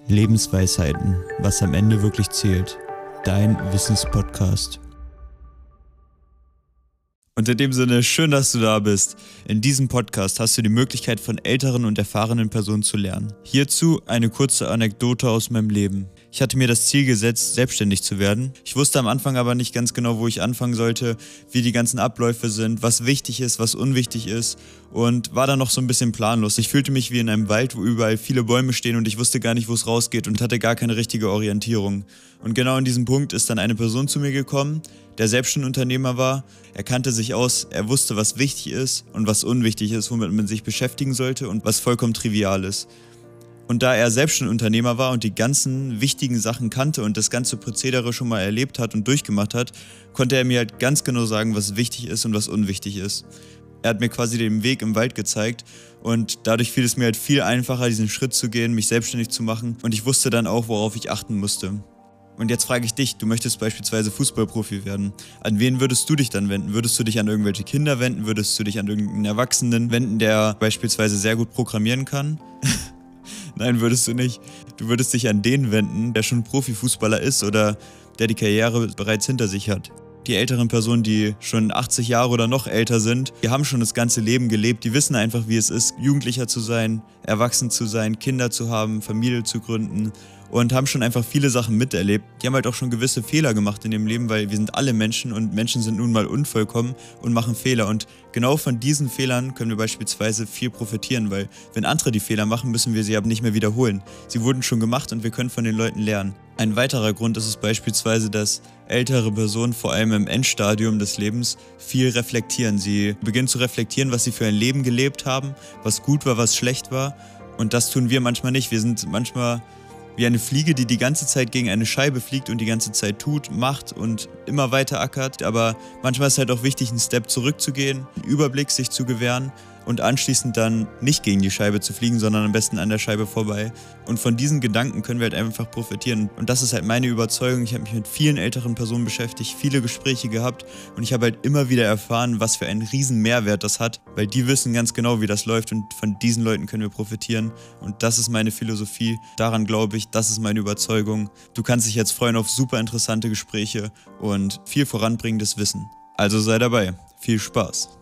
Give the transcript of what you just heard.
Lebensweisheiten, was am Ende wirklich zählt. Dein Wissenspodcast. Und in dem Sinne, schön, dass du da bist. In diesem Podcast hast du die Möglichkeit, von älteren und erfahrenen Personen zu lernen. Hierzu eine kurze Anekdote aus meinem Leben. Ich hatte mir das Ziel gesetzt, selbstständig zu werden. Ich wusste am Anfang aber nicht ganz genau, wo ich anfangen sollte, wie die ganzen Abläufe sind, was wichtig ist, was unwichtig ist und war dann noch so ein bisschen planlos. Ich fühlte mich wie in einem Wald, wo überall viele Bäume stehen und ich wusste gar nicht, wo es rausgeht und hatte gar keine richtige Orientierung. Und genau in diesem Punkt ist dann eine Person zu mir gekommen, der selbst schon Unternehmer war. Er kannte sich aus, er wusste, was wichtig ist und was unwichtig ist, womit man sich beschäftigen sollte und was vollkommen trivial ist. Und da er selbst schon Unternehmer war und die ganzen wichtigen Sachen kannte und das ganze Prozedere schon mal erlebt hat und durchgemacht hat, konnte er mir halt ganz genau sagen, was wichtig ist und was unwichtig ist. Er hat mir quasi den Weg im Wald gezeigt und dadurch fiel es mir halt viel einfacher, diesen Schritt zu gehen, mich selbstständig zu machen und ich wusste dann auch, worauf ich achten musste. Und jetzt frage ich dich, du möchtest beispielsweise Fußballprofi werden. An wen würdest du dich dann wenden? Würdest du dich an irgendwelche Kinder wenden? Würdest du dich an irgendeinen Erwachsenen wenden, der beispielsweise sehr gut programmieren kann? Nein, würdest du nicht. Du würdest dich an den wenden, der schon Profifußballer ist oder der die Karriere bereits hinter sich hat. Die älteren Personen, die schon 80 Jahre oder noch älter sind, die haben schon das ganze Leben gelebt, die wissen einfach, wie es ist, Jugendlicher zu sein, erwachsen zu sein, Kinder zu haben, Familie zu gründen und haben schon einfach viele Sachen miterlebt. Die haben halt auch schon gewisse Fehler gemacht in dem Leben, weil wir sind alle Menschen und Menschen sind nun mal unvollkommen und machen Fehler. Und genau von diesen Fehlern können wir beispielsweise viel profitieren, weil wenn andere die Fehler machen, müssen wir sie aber nicht mehr wiederholen. Sie wurden schon gemacht und wir können von den Leuten lernen. Ein weiterer Grund ist es beispielsweise, dass ältere Personen vor allem im Endstadium des Lebens viel reflektieren. Sie beginnen zu reflektieren, was sie für ein Leben gelebt haben, was gut war, was schlecht war. Und das tun wir manchmal nicht. Wir sind manchmal wie eine Fliege, die ganze Zeit gegen eine Scheibe fliegt und die ganze Zeit tut, macht und immer weiter ackert. Aber manchmal ist es halt auch wichtig, einen Step zurückzugehen, einen Überblick sich zu gewähren und anschließend dann nicht gegen die Scheibe zu fliegen, sondern am besten an der Scheibe vorbei. Und von diesen Gedanken können wir halt einfach profitieren. Und das ist halt meine Überzeugung. Ich habe mich mit vielen älteren Personen beschäftigt, viele Gespräche gehabt und ich habe halt immer wieder erfahren, was für einen riesen Mehrwert das hat, weil die wissen ganz genau, wie das läuft und von diesen Leuten können wir profitieren. Und das ist meine Philosophie, daran glaube ich, das ist meine Überzeugung. Du kannst dich jetzt freuen auf super interessante Gespräche und viel voranbringendes Wissen. Also sei dabei. Viel Spaß!